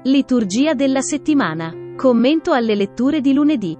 Liturgia della settimana. Commento alle letture di lunedì.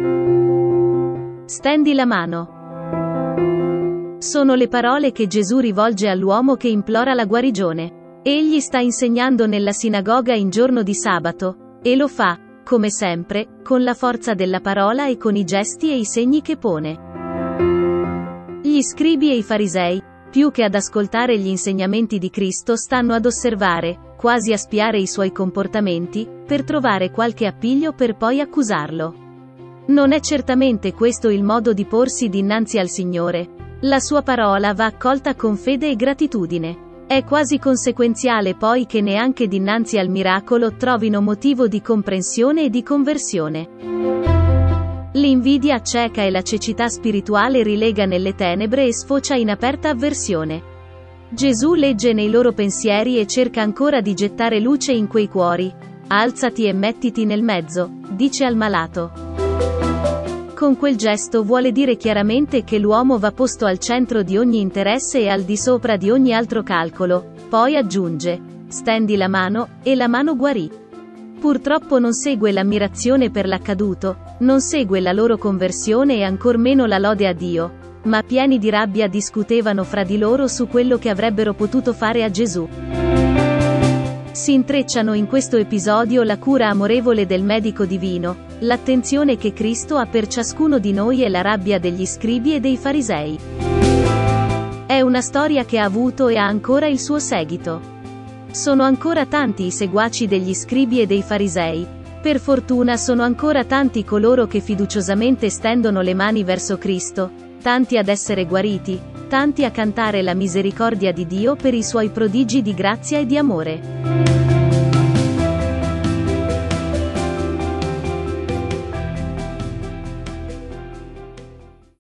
Stendi la mano. Sono le parole che Gesù rivolge all'uomo che implora la guarigione. Egli sta insegnando nella sinagoga in giorno di sabato, e lo fa, come sempre, con la forza della parola e con i gesti e i segni che pone. Gli scribi e i farisei, più che ad ascoltare gli insegnamenti di Cristo, stanno ad osservare, quasi a spiare i suoi comportamenti, per trovare qualche appiglio per poi accusarlo. Non è certamente questo il modo di porsi dinanzi al Signore. La sua parola va accolta con fede e gratitudine. È quasi conseguenziale poi che neanche dinanzi al miracolo trovino motivo di comprensione e di conversione. L'invidia cieca e la cecità spirituale rilega nelle tenebre e sfocia in aperta avversione. Gesù legge nei loro pensieri e cerca ancora di gettare luce in quei cuori. Alzati e mettiti nel mezzo, dice al malato. Con quel gesto vuole dire chiaramente che l'uomo va posto al centro di ogni interesse e al di sopra di ogni altro calcolo. Poi aggiunge: stendi la mano, e la mano guarì. Purtroppo non segue l'ammirazione per l'accaduto, non segue la loro conversione e ancor meno la lode a Dio, ma pieni di rabbia discutevano fra di loro su quello che avrebbero potuto fare a Gesù. Si intrecciano in questo episodio la cura amorevole del medico divino, l'attenzione che Cristo ha per ciascuno di noi e la rabbia degli scribi e dei farisei. È una storia che ha avuto e ha ancora il suo seguito. Sono ancora tanti i seguaci degli scribi e dei farisei. Per fortuna sono ancora tanti coloro che fiduciosamente stendono le mani verso Cristo, tanti ad essere guariti, tanti a cantare la misericordia di Dio per i suoi prodigi di grazia e di amore.